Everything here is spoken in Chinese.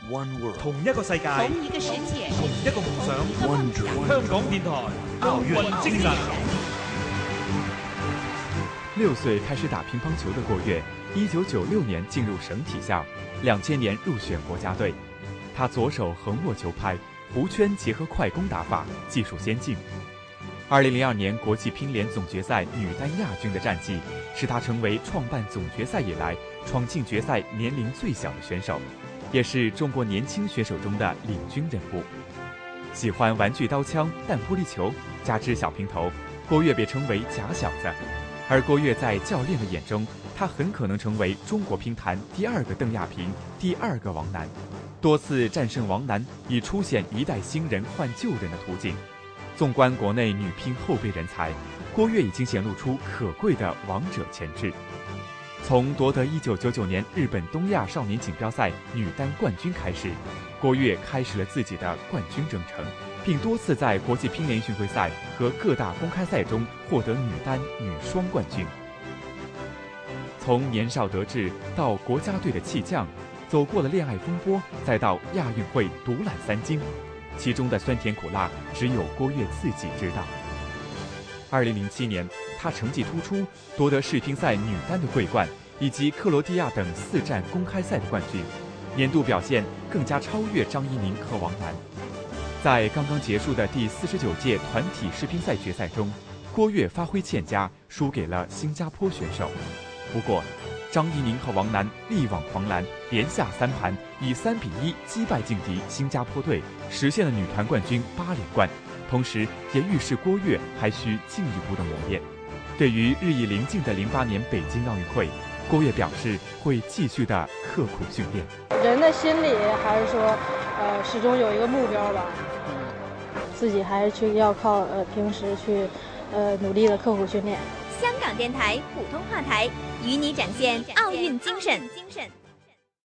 One world， 同一个世界， 同一个世界， 同一个梦想。 One dream， 香港电台奥运精神。 6岁开始打乒乓球的郭跃，1996年进入省体校，2000年入选国家队。他左手横握球拍，弧圈结合快攻打法，技术先进。2002年国际乒联总决赛女单亚军的战绩，使她成为创办总决赛以来闯进决赛年龄最小的选手，也是中国年轻选手中的领军人物。喜欢玩具刀枪、弹玻璃球，加之小平头，郭跃被称为假小子。而郭跃在教练的眼中，他很可能成为中国乒坛第2个邓亚萍，第2个王楠，多次战胜王楠，以出现一代新人换旧人的途径。纵观国内女乒后备人才，郭跃已经显露出可贵的王者潜质。从夺得1999年日本东亚少年锦标赛女单冠军开始，郭跃开始了自己的冠军征程，并多次在国际乒联巡回赛和各大公开赛中获得女单、女双冠军。从年少得志到国家队的弃将，走过了恋爱风波，再到亚运会独揽3金，其中的酸甜苦辣只有郭跃自己知道。2007年，她成绩突出，夺得世乒赛女单的桂冠，以及克罗地亚等4站公开赛的冠军，年度表现更加超越张怡宁和王楠。在刚刚结束的第49届团体世乒赛决赛中，郭跃发挥欠佳，输给了新加坡选手。不过，张怡宁和王楠力挽狂澜，连下3盘，以3比1击败劲敌新加坡队，实现了女团冠军8连冠。同时，也预示郭跃还需进一步的磨练。对于日益临近的08年北京奥运会，郭跃表示会继续的刻苦训练。 人的心理还是说，始终有一个目标吧。自己还是要靠平时去努力的刻苦训练。 香港电台普通话台与你展现奥运精神。